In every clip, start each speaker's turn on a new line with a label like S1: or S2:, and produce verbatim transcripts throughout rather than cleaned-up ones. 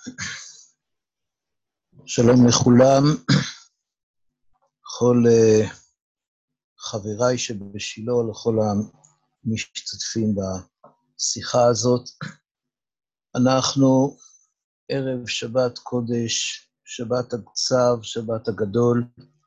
S1: שלום לכולם, לכל uh, חבריי שבשילה, לכל המשתתפים בשיחה הזאת. אנחנו ערב שבת קודש, שבת הצו, שבת הגדול.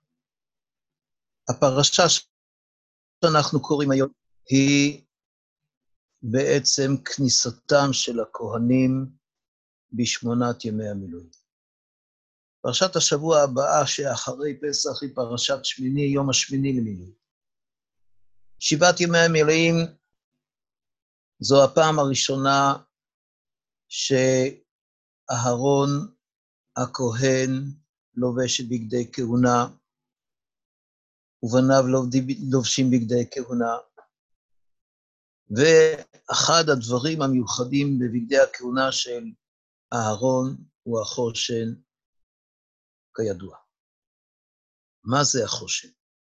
S1: הפרשה שאנחנו קוראים היום היא בעצם כניסתם של הכהנים בשמונת ימי המילואים. פרשת השבוע הבאה שאחרי פסח היא פרשת שמיני, יום השמיני למילואים. שבעת ימי המילואים זו הפעם הראשונה שאהרון הכהן לובש בגדי כהונה, ובניו לובשים בגדי כהונה, ואחד הדברים המיוחדים בבגדי הכהונה של אהרון הוא החושן, כידוע. מה זה החושן?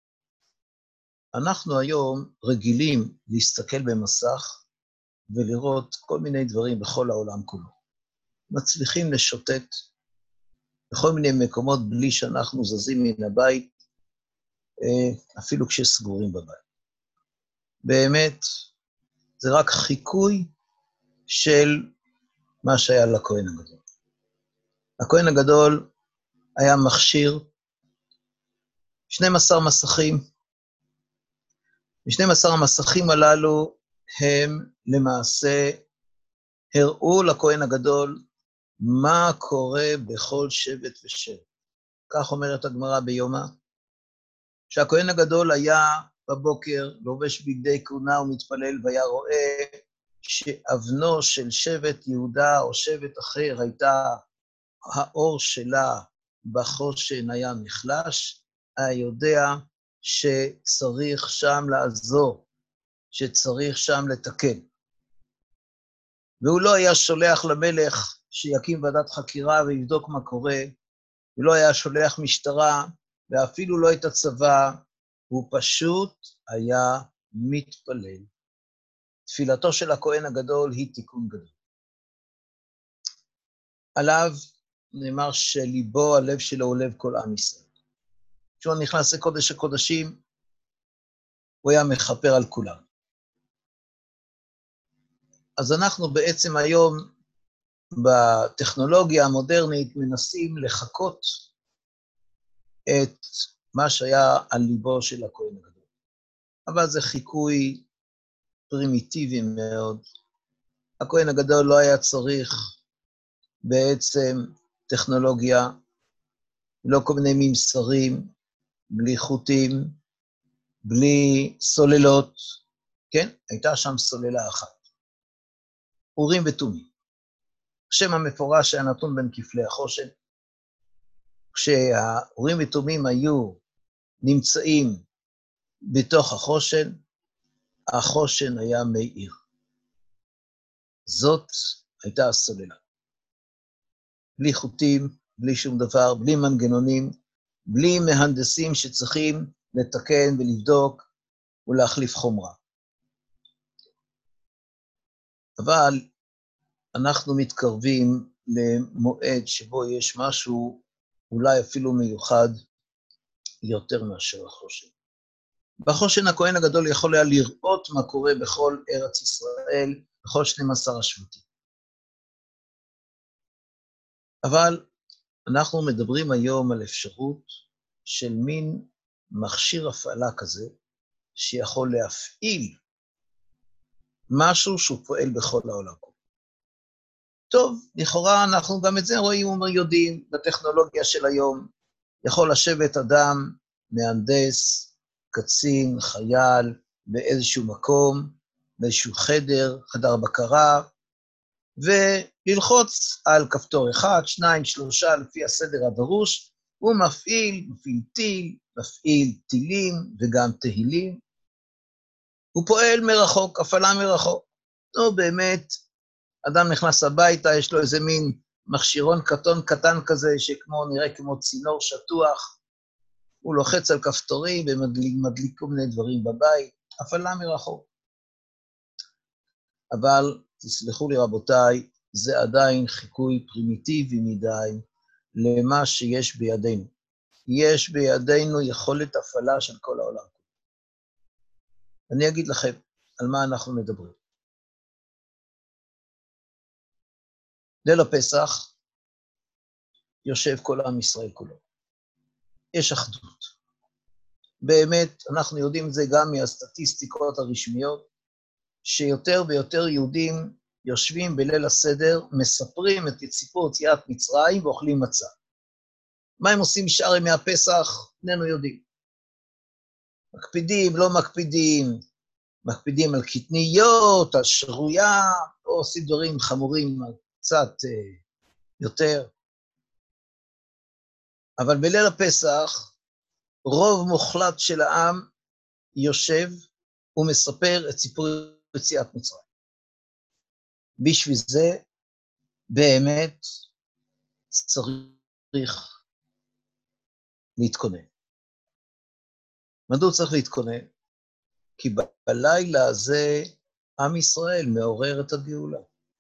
S1: אנחנו היום רגילים להסתכל במסך ולראות כל מיני דברים בכל העולם כולו. מצליחים לשוטט בכל מיני מקומות בלי שאנחנו זזים מן הבית, אפילו כשסגורים בבית. באמת, זה רק חיקוי של מה שהיה לכהן הגדול. הכהן הגדול היה מכשיר שנים עשר מסכים. ו-שנים עשר המסכים הללו הם למעשה הראו לכהן הגדול מה קורה בכל שבט ושבט. כך אומרת הגמרא ביומא, שהכהן הגדול היה בבוקר לובש בגדי כהונה ומתפלל, והיה רואה שאבנו של שבט יהודה או שבט אחר הייתה, האור שלה בחושן היה נחלש, היה יודע שצריך שם לעזור, שצריך שם לתקן. והוא לא היה שולח למלך שיקים ועדת חקירה ויבדוק מה קורה, הוא לא היה שולח משטרה, ואפילו לא את הצבא, הוא פשוט היה מתפלל. תפילתו של הכהן הגדול היא תיקון גדול. עליו נאמר שליבו, הלב שלו הוא לב כל עם ישראל. כשהוא נכנס לקודש הקודשים, הוא היה מחפר על כולם. אז אנחנו בעצם היום, בטכנולוגיה המודרנית, מנסים לחקות את מה שהיה על ליבו של הכהן הגדול. אבל זה חיקוי פרימיטיבי מאוד. הכהן הגדול לא היה צריך בעצם טכנולוגיה, לא כל מיני ממסרים, בלי חוטים, בלי סוללות, כן? הייתה שם סוללה אחת. אורים ותומים. השם המפורש היה נתון בין כפלי החושן. כשהאורים ותומים היו נמצאים בתוך החושן, החושן היה מאיר. זאת הייתה הסוללה. בלי חוטים, בלי שום דבר, בלי מנגנונים, בלי מהנדסים שצריכים לתקן ולבדוק ולהחליף חומרה. אבל אנחנו מתקרבים למועד שבו יש משהו אולי אפילו מיוחד יותר מאשר החושן. בחושן הכהן הגדול יכול היה לראות מה קורה בכל ארץ ישראל, בכל שנים עשר השבטים. אבל אנחנו מדברים היום על אפשרות של מין מכשיר הפעלה כזה, שיכול להפעיל משהו שהוא פועל בכל העולם. טוב, לכאורה אנחנו גם את זה רואים ויודעים בטכנולוגיה של היום. יכול לשבת אדם, מהנדס, קצין, חייל, באיזשהו מקום, באיזשהו חדר, חדר בקרה, וללחוץ על כפתור אחד, שניים, שלושה, לפי הסדר הדרוש, הוא מפעיל, מפעיל טיל, מפעיל טילים וגם תהילים. הוא פועל מרחוק, הפעלה מרחוק. לא באמת, אדם נכנס הביתה, יש לו איזה מין מכשירון קטון קטן כזה, שכמו נראה כמו צינור שטוח, הוא לוחץ על כפתורים ומדליק כל מיני דברים בבית, הפעלה מרחוק. אבל תסלחו לי רבותיי, זה עדיין חיקוי פרימיטיבי מדי למה שיש בידינו. יש בידינו יכולת הפעלה של כל העולם. אני אגיד לכם על מה אנחנו מדברים. ליל הפסח יושב כל עם ישראל כולו. יש אחדות. באמת, אנחנו יודעים את זה גם מהסטטיסטיקות הרשמיות, שיותר ויותר יהודים יושבים בליל הסדר, מספרים את סיפור יציאת מצרים ואוכלים מצה. מה הם עושים שאר ימי הפסח? איננו יודעים. מקפידים, לא מקפידים, מקפידים על קטניות, על שרויה, או עושים דברים חמורים קצת אה, יותר. אבל בליל הפסח, רוב מוחלט של העם יושב ומספר את סיפור יציאת מצרים. בשביל זה באמת צריך להתכונן. מדוע צריך להתכונן? כי בלילה הזה עם ישראל מעורר את הגאולה.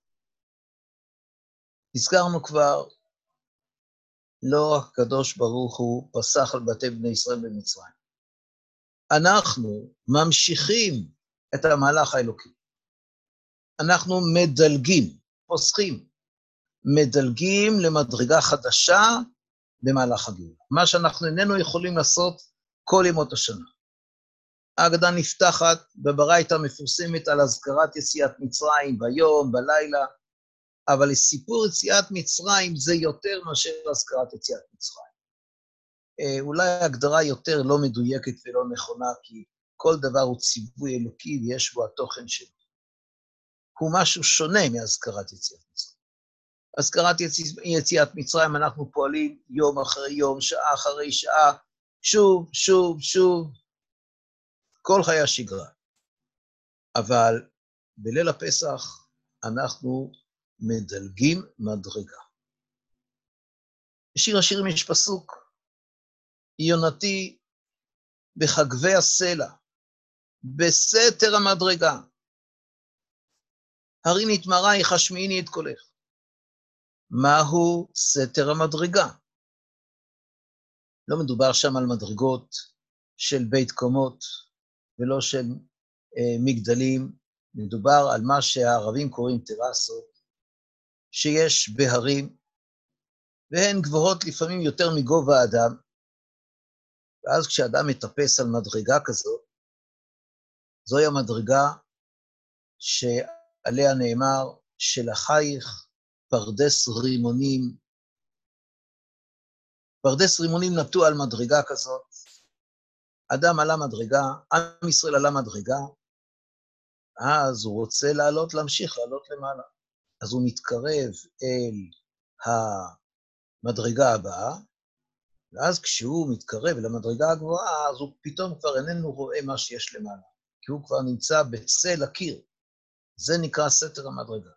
S1: הזכרנו כבר, לא הקדוש ברוך הוא פסח על בתי בני ישראל במצרים. אנחנו ממשיכים את המהלך האלוקי. אנחנו מדלגים, פוסחים, מדלגים למדרגה חדשה במהלך הגאולה. מה שאנחנו איננו יכולים לעשות כל ימות השנה. ההגדה נפתחת בברייתא מפורסמת על הזכרת יציאת מצרים ביום, בלילה, אבל סיפור יציאת מצרים זה יותר מאשר הזכרת יציאת מצרים. אולי ההגדרה יותר לא מדויקת ולא נכונה, כי כל דבר הוא ציווי אלוקי ויש בו התוכן שלו. הוא משהו שונה מהזכרת יציאת מצרים. הזכרת יציאת מצרים אנחנו פועלים יום אחרי יום, שעה אחרי שעה, שוב, שוב, שוב, כל חיי השגרה. אבל בליל הפסח אנחנו מדלגים מדרגה. בשיר השירים יש פסוק, יונתי בחגבי הסלע, בסתר המדרגה, הריני את מרייך, השמיעיני את קולך. מהו סתר המדרגה? לא מדובר שם על מדרגות של בית קומות, ולא של אה, מגדלים, מדובר על מה שהערבים קוראים טרסות, שיש בהרים, והן גבוהות לפעמים יותר מגובה האדם, ואז כשאדם מטפס על מדרגה כזאת, זוהי המדרגה שעליה נאמר, שלחייך פרדס רימונים. פרדס רימונים נטוע על מדרגה כזאת, אדם עלה מדרגה, עם ישראל עלה מדרגה, אז הוא רוצה לעלות, להמשיך לעלות למעלה. אז הוא מתקרב אל המדרגה הבאה, ואז כשהוא מתקרב אל המדרגה הגבוהה, אז הוא פתאום כבר איננו רואה מה שיש למעלה, כי הוא כבר נמצא בצל הקיר. זה נקרא סתר המדרגה.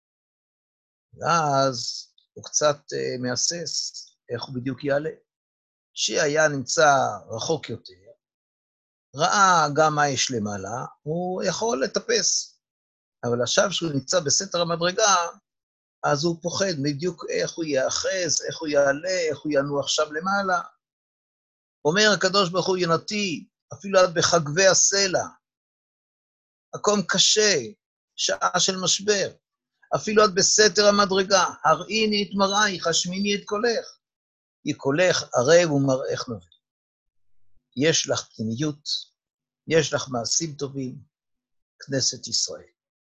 S1: ואז הוא קצת uh, מאסס איך הוא בדיוק יעלה. שהיה נמצא רחוק יותר, ראה גם מה יש למעלה, הוא יכול לטפס. אבל עכשיו שהוא נמצא בסתר המדרגה, אז הוא פוחד בדיוק איך הוא יאחז, איך הוא יעלה, איך הוא ינוע עכשיו למעלה. אומר הקדוש ברוך הוא יונתי, אפילו עד בחגבי הסלע, מקום קשה, שעה של משבר, אפילו עד בסתר המדרגה, הראיני את מרייך, השמיעיני את קולך. כי קולך ערב ומראך נובע. יש לך פנימיות, יש לך מעשים טובים, כנסת ישראל.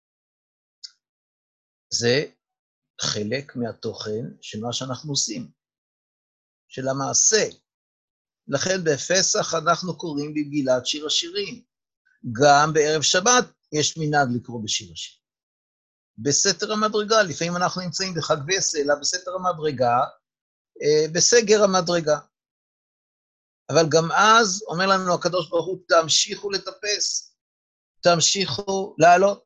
S1: זה חלק מהתוכן של מה שאנחנו עושים, של המעשה. לכן בפסח אנחנו קוראים במגילת שיר השירים. גם בערב שבת יש מנהג לקרוא בשיר השירים. בסתר המדרגה, לפעמים אנחנו נמצאים בחגבי הסלע, בסתר המדרגה, בסגר המדרגה. אבל גם אז אומר לנו הקדוש ברוך הוא, תמשיכו לטפס, תמשיכו לעלות.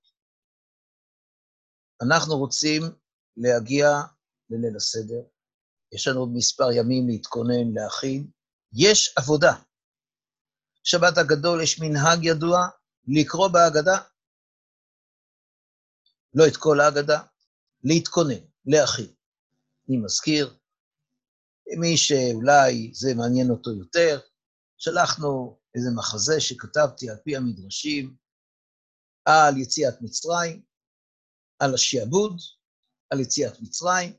S1: אנחנו רוצים להגיע לליל הסדר, יש לנו עוד מספר ימים להתכונן, להכין, יש עבודה. שבת הגדול יש מנהג ידוע לקרוא בהגדה, לא את כל ההגדה, להתכונן, להכין. אני מזכיר, מי שאולי זה מעניין אותו יותר, שלחנו איזה מחזה שכתבתי על פי המדרשים, על יציאת מצרים, על השיעבוד, על יציאת מצרים,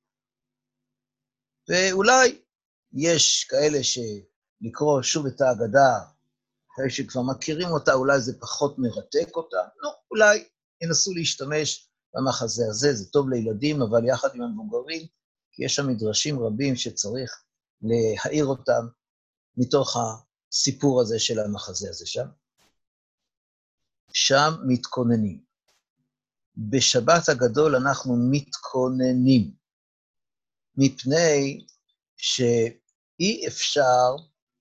S1: ואולי יש כאלה שלקרוא שוב את ההגדה, אחרי שכבר מכירים אותה, אולי זה פחות מרתק אותה, לא, אולי ינסו להשתמש במחזה הזה, זה טוב לילדים, אבל יחד עם המבוגרים, כי יש שם מדרשים רבים שצריך להעיר אותם מתוך הסיפור הזה של המחזה הזה שם. שם מתכוננים. בשבת הגדול אנחנו מתכוננים, מפני שאי אפשר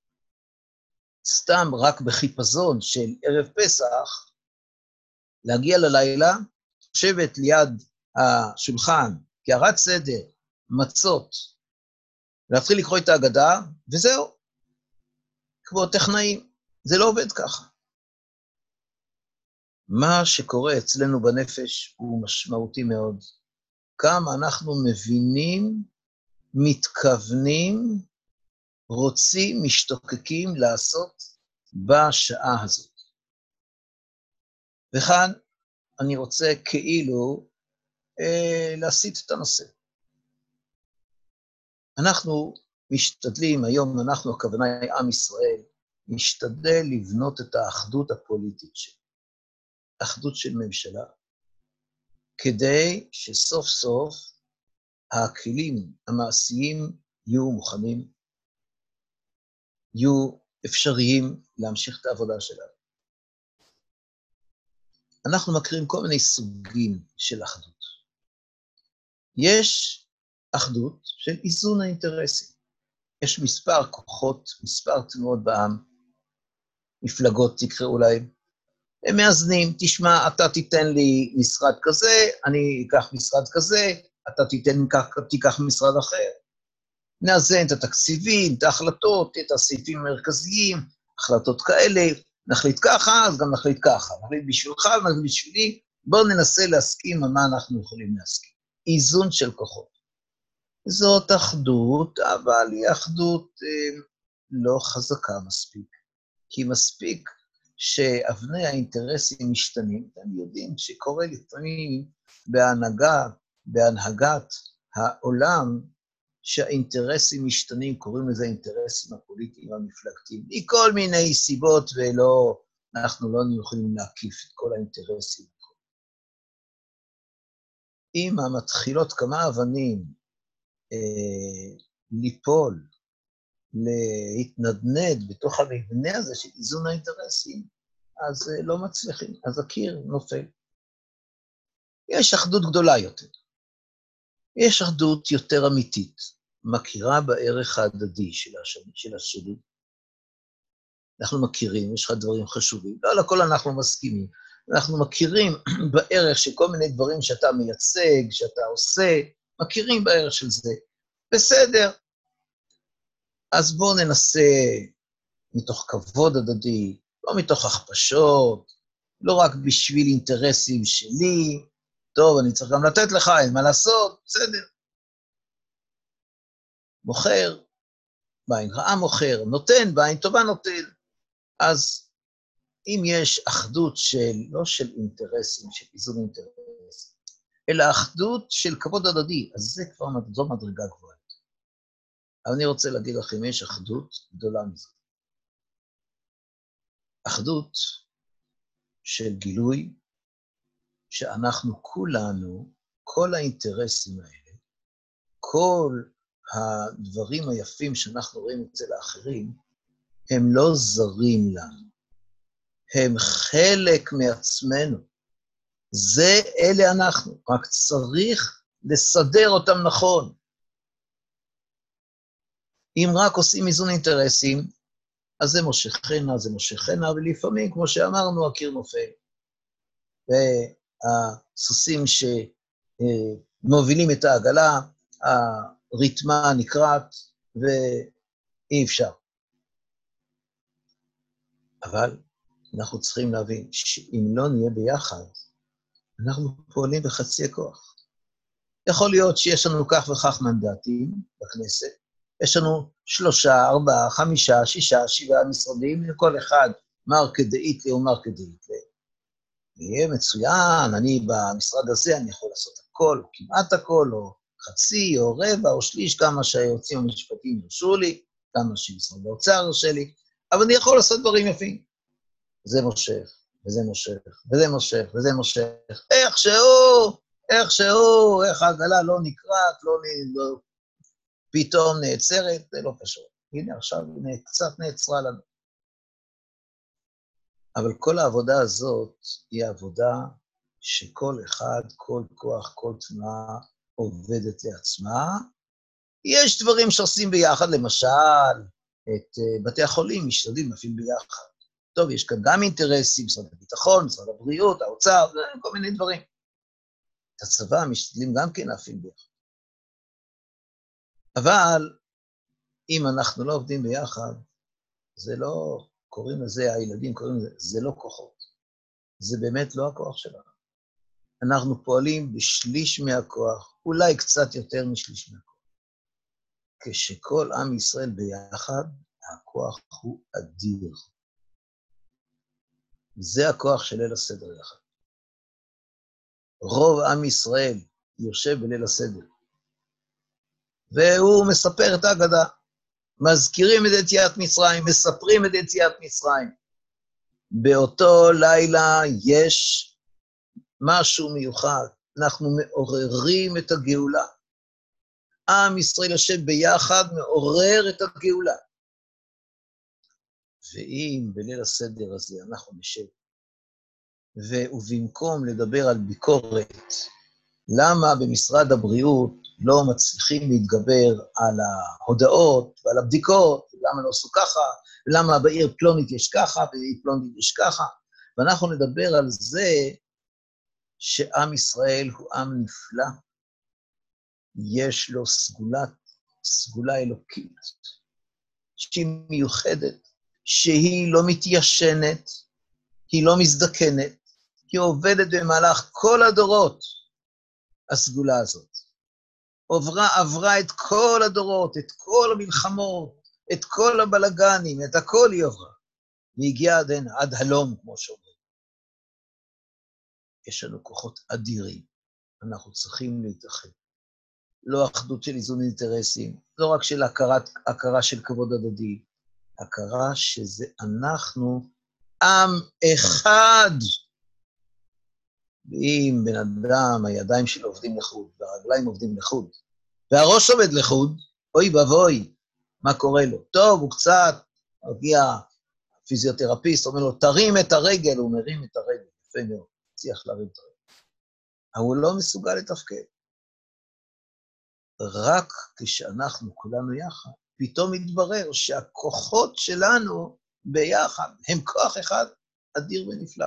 S1: סתם רק בחיפזון של ערב פסח, להגיע ללילה, לשבת ליד השולחן, קערת סדר, מצות, להתחיל לקרוא את ההגדה, וזהו. כמו טכנאים, זה לא עובד ככה. מה שקורה אצלנו בנפש הוא משמעותי מאוד. כמה אנחנו מבינים, מתכוונים, רוצים, משתוקקים לעשות בשעה הזאת. וכאן אני רוצה כאילו אה, להסיט את הנושא. אנחנו משתדלים, היום אנחנו, הכוונה היא עם ישראל, משתדל לבנות את האחדות הפוליטית שלנו. אחדות של ממשלה, כדי שסוף סוף הכלים המעשיים יהיו מוכנים, יהיו אפשריים להמשיך את העבודה שלנו. אנחנו מכירים כל מיני סוגים של אחדות. יש אחדות של איזון האינטרסים. יש מספר כוחות, מספר תנועות בעם, מפלגות תקראו להם, הם מאזנים, תשמע, אתה תיתן לי משרד כזה, אני אקח משרד כזה, אתה תיתן, תיקח משרד אחר. נאזן את התקציבים, את ההחלטות, את הסעיפים המרכזיים, החלטות כאלה, נחליט ככה, אז גם נחליט ככה. נחליט בשבילך, נחליט בשבילי, בואו ננסה להסכים על מה אנחנו יכולים להסכים. איזון של כוחות. זאת אחדות, אבל היא אחדות אה, לא חזקה מספיק. כי מספיק שאבני האינטרסים משתנים, אתם יודעים שקורה לפעמים בהנהגה, בהנהגת העולם, שהאינטרסים משתנים, קוראים לזה אינטרסים הפוליטיים המפלגתיים, מכל מיני סיבות, ולא, אנחנו לא יכולים להקיף את כל האינטרסים. אם המתחילות כמה אבנים אה, ליפול, להתנדנד בתוך המבנה הזה של איזון האינטרסים, אז uh, לא מצליחים, אז הקיר נופל. יש אחדות גדולה יותר. יש אחדות יותר אמיתית, מכירה בערך ההדדי של השני, של השני. אנחנו מכירים, יש לך דברים חשובים, לא על הכל אנחנו מסכימים. אנחנו מכירים בערך של כל מיני דברים שאתה מייצג, שאתה עושה, מכירים בערך של זה. בסדר. אז בואו ננסה מתוך כבוד הדדי, לא מתוך הכפשות, לא רק בשביל אינטרסים שלי, טוב, אני צריך גם לתת לך, אין מה לעשות, בסדר. מוכר, בעין רעה מוכר, נותן, בעין טובה נותן. אז אם יש אחדות של, לא של אינטרסים, של איזון אינטרסים, אלא אחדות של כבוד הדדי, אז זה כבר זו מדרגה גבוהה. אבל אני רוצה להגיד לכם, יש אחדות גדולה מזה. אחדות של גילוי, שאנחנו כולנו, כל האינטרסים האלה, כל הדברים היפים שאנחנו רואים אצל האחרים, הם לא זרים לנו. הם חלק מעצמנו. זה אלה אנחנו, רק צריך לסדר אותם נכון. אם רק עושים איזון אינטרסים, אז זה מושכנה, זה מושכנה, ולפעמים, כמו שאמרנו, הקיר נופל. והסוסים שמובילים את העגלה, הריתמה נקראת, ואי אפשר. אבל אנחנו צריכים להבין שאם לא נהיה ביחד, אנחנו פועלים בחצי הכוח. יכול להיות שיש לנו כך וכך מנדטים בכנסת, יש לנו שלושה, ארבעה, חמישה, שישה, שבעה משרדים, לכל אחד מרקה דאיטלי או מרקה דאיטלי. יהיה מצוין, אני במשרד הזה, אני יכול לעשות הכל, או כמעט הכל, או חצי, או רבע, או שליש, כמה שהיועצים המשפטיים ירשו לי, כמה שמשרד האוצר ירשה לי, אבל אני יכול לעשות דברים יפים. זה מושך, וזה מושך, וזה מושך, וזה מושך. איכשהו, איכשהו, איך העגלה לא נקראת, לא, לא, פתאום נעצרת, זה לא פשוט. הנה, עכשיו הנה, קצת נעצרה לנו. אבל כל העבודה הזאת היא עבודה שכל אחד, כל כוח, כל תנועה עובדת לעצמה. יש דברים שעושים ביחד, למשל, את בתי החולים משתדלים אפילו ביחד. טוב, יש כאן גם אינטרסים, משרד הביטחון, משרד הבריאות, האוצר, כל מיני דברים. את הצבא משתדלים גם כן להפעיל ביחד. אבל אם אנחנו לא עובדים ביחד, זה לא, קוראים לזה, הילדים קוראים לזה, זה לא כוחות. זה באמת לא הכוח שלנו. אנחנו פועלים בשליש מהכוח, אולי קצת יותר משליש מהכוח. כשכל עם ישראל ביחד, הכוח הוא אדיר. זה הכוח של ליל הסדר יחד. רוב עם ישראל יושב בליל הסדר, והוא מספר את ההגדה. מזכירים את יציאת מצרים, מספרים את יציאת מצרים. באותו לילה יש משהו מיוחד, אנחנו מעוררים את הגאולה. עם ישראל יושב ביחד, מעורר את הגאולה. ואם בליל הסדר הזה אנחנו נשב, ובמקום לדבר על ביקורת, למה במשרד הבריאות לא מצליחים להתגבר על ההודעות ועל הבדיקות, למה לא עשו ככה, למה בעיר פלונית יש ככה, בעיר פלונית יש ככה, ואנחנו נדבר על זה שעם ישראל הוא עם נפלא, יש לו סגולת, סגולה אלוקית, שהיא מיוחדת, שהיא לא מתיישנת, היא לא מזדקנת, היא עובדת במהלך כל הדורות, הסגולה הזאת. עברה, עברה את כל הדורות, את כל המלחמות, את כל הבלגנים, את הכל היא עברה. והגיעה עד, עד הלום, כמו שאומרים. יש לנו כוחות אדירים, אנחנו צריכים להתאחד. לא אחדות של איזון אינטרסים, לא רק של הכרת, הכרה של כבוד הדדי, הכרה שזה אנחנו עם אחד. ואם בן אדם, הידיים שלו עובדים לחוד, והרגליים עובדים לחוד, והראש עובד לחוד, אוי ובוי, מה קורה לו? טוב, הוא קצת, הגיע פיזיותרפיסט, אומר לו, תרים את הרגל, הוא מרים את הרגל, יפה מאוד, צריך להרים את הרגל. אבל הוא לא מסוגל לתפקד. רק כשאנחנו כולנו יחד, פתאום מתברר שהכוחות שלנו ביחד, הם כוח אחד אדיר ונפלא.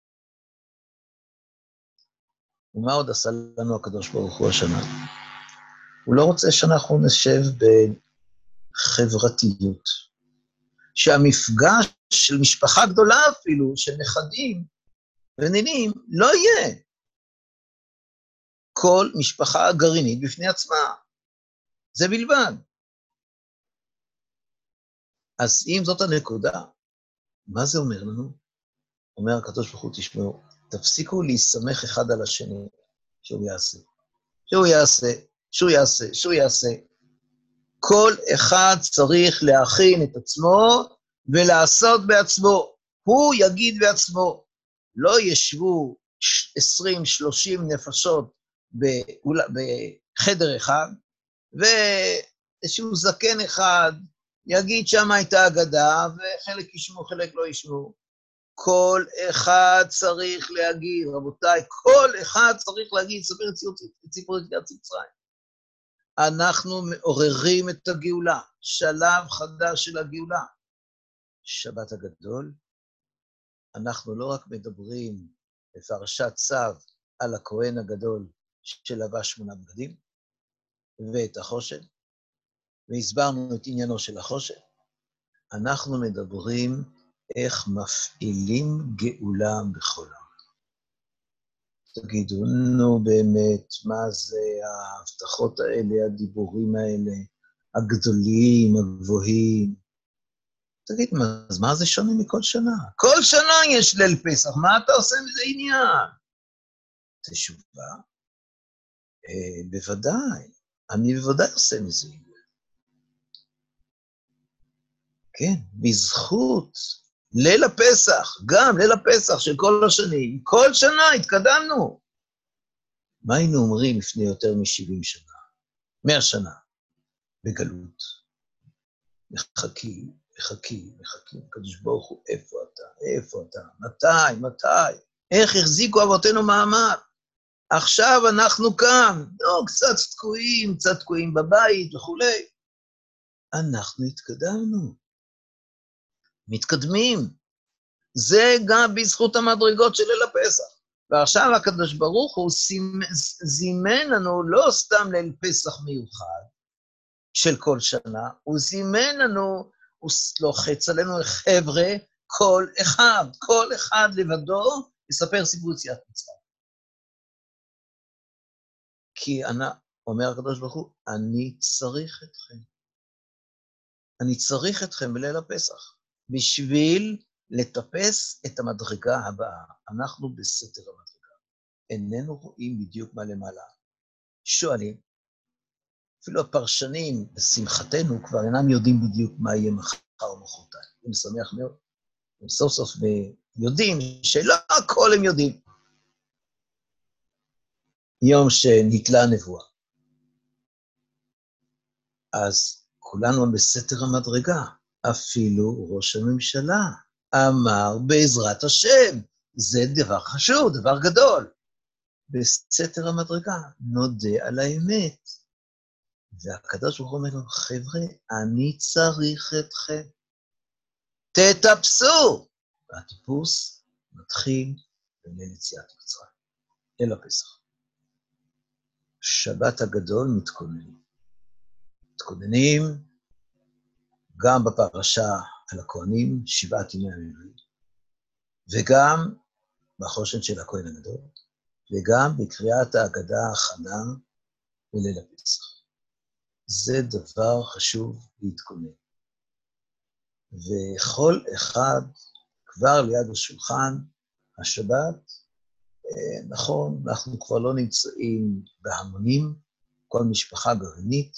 S1: ומה עוד עשה לנו הקדוש ברוך הוא השנה? הוא לא רוצה שאנחנו נשב בחברתיות, שהמפגש של משפחה גדולה אפילו, של נכדים ונינים, לא יהיה. כל משפחה גרעינית בפני עצמה. זה בלבד. אז אם זאת הנקודה, מה זה אומר לנו? אומר הקדוש ברוך הוא, תשמעו, תפסיקו להסמך אחד על השני, שהוא יעשה. שהוא יעשה, שהוא יעשה, שהוא יעשה. כל אחד צריך להכין את עצמו ולעשות בעצמו. הוא יגיד בעצמו. לא ישבו עשרים שלושים נפשות בחדר אחד, ואיזשהו זקן אחד יגיד שמה הייתה אגדה, וחלק ישמעו, חלק לא ישמעו. כל אחד צריך להגיד, רבותיי, כל אחד צריך להגיד, ספר את סיפור יציאת מצרים. אנחנו מעוררים את הגאולה, שלב חדש של הגאולה. שבת הגדול, אנחנו לא רק מדברים בפרשת צו על הכהן הגדול שלבש שמונה בגדים, ואת החושן, והסברנו את עניינו של החושן, אנחנו מדברים איך מפעילים גאולה בכל העולם. תגידו, נו באמת, מה זה ההבטחות האלה, הדיבורים האלה, הגדולים, הגבוהים? תגיד, אז מה זה שונה מכל שנה? כל שנה יש ליל פסח, מה אתה עושה מזה עניין? תשובה, אה, בוודאי, אני בוודאי עושה מזה עניין. כן, בזכות ליל הפסח, גם ליל הפסח של כל השנים, כל שנה התקדמנו. מה היינו אומרים לפני יותר מ-שבעים שנה, מאה שנה, בגלות? מחכים, מחכים, מחכים, הקדוש ברוך הוא, איפה אתה, איפה אתה, מתי, מתי, איך החזיקו אבותינו מעמד? עכשיו אנחנו כאן, לא, קצת תקועים, קצת תקועים בבית וכולי. אנחנו התקדמנו, מתקדמים. זה גם בזכות המדרגות של ליל הפסח. ועכשיו הקדוש ברוך הוא זימן לנו לא סתם ליל פסח מיוחד של כל שנה, הוא זימן לנו, הוא לוחץ עלינו, חבר'ה, כל אחד, כל אחד לבדו, יספר סיפור יציאת מצרים. כי אני, אומר הקדוש ברוך הוא, אני צריך אתכם. אני צריך אתכם בליל הפסח, בשביל לטפס את המדרגה הבאה. אנחנו בסתר המדרגה. איננו רואים בדיוק מה למעלה. שואלים, אפילו הפרשנים, בשמחתנו, כבר אינם יודעים בדיוק מה יהיה מחר או מחרתיים. אני שמח מאוד. הם סוף סוף יודעים שלא הכל הם יודעים. יום שנתלה הנבואה. אז כולנו בסתר המדרגה. אפילו ראש הממשלה אמר בעזרת השם. זה דבר חשוב, דבר גדול. בסתר המדרגה נודה על האמת. והקדוש ברוך הוא אומר לנו, חבר'ה, אני צריך אתכם. תטפסו! והטיפוס מתחיל בליל יציאת מצרים, ליל הפסח. שבת הגדול מתכוננים. מתכוננים גם בפרשה על הכהנים, שבעת ימי המילואים, וגם בחושן של הכהן הגדול, וגם בקריאת ההגדה ההכנה בליל הפסח. זה דבר חשוב להתכונן. וכל אחד כבר ליד השולחן, השבת, נכון, אנחנו כבר לא נמצאים בהמונים, כל משפחה גרעינית,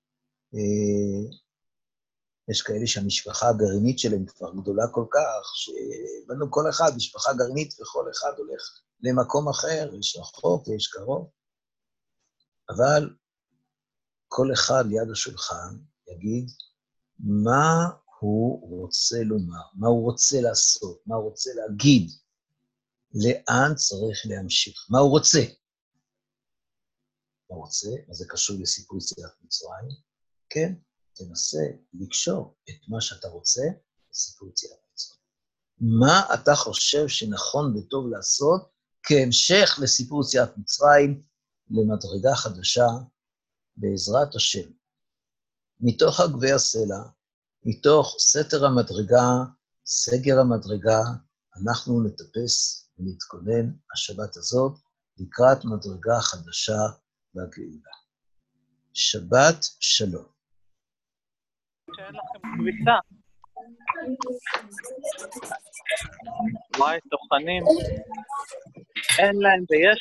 S1: יש כאלה שהמשפחה הגרעינית שלהם כבר גדולה כל כך, שבנו כל אחד, משפחה גרעינית וכל אחד הולך למקום אחר, יש רחוק ויש קרוב, אבל כל אחד ליד השולחן יגיד מה הוא רוצה לומר, מה הוא רוצה לעשות, מה הוא רוצה להגיד, לאן צריך להמשיך, מה הוא רוצה. מה הוא רוצה, אז זה קשור לסיפור יציאת מצרים, כן, תנסה לקשור את מה שאתה רוצה לסיפור יציאת מצרים. מה אתה חושב שנכון וטוב לעשות כהמשך לסיפור יציאת מצרים, למדרגה חדשה, בעזרת השם. מתוך עקבי הסלע, מתוך סתר המדרגה, סגר המדרגה, אנחנו נטפס ונתכונן השבת הזאת לקראת מדרגה חדשה בגאולה. שבת שלום.
S2: שאין לכם כביסה. וואי, תוכנים. אין להם ויש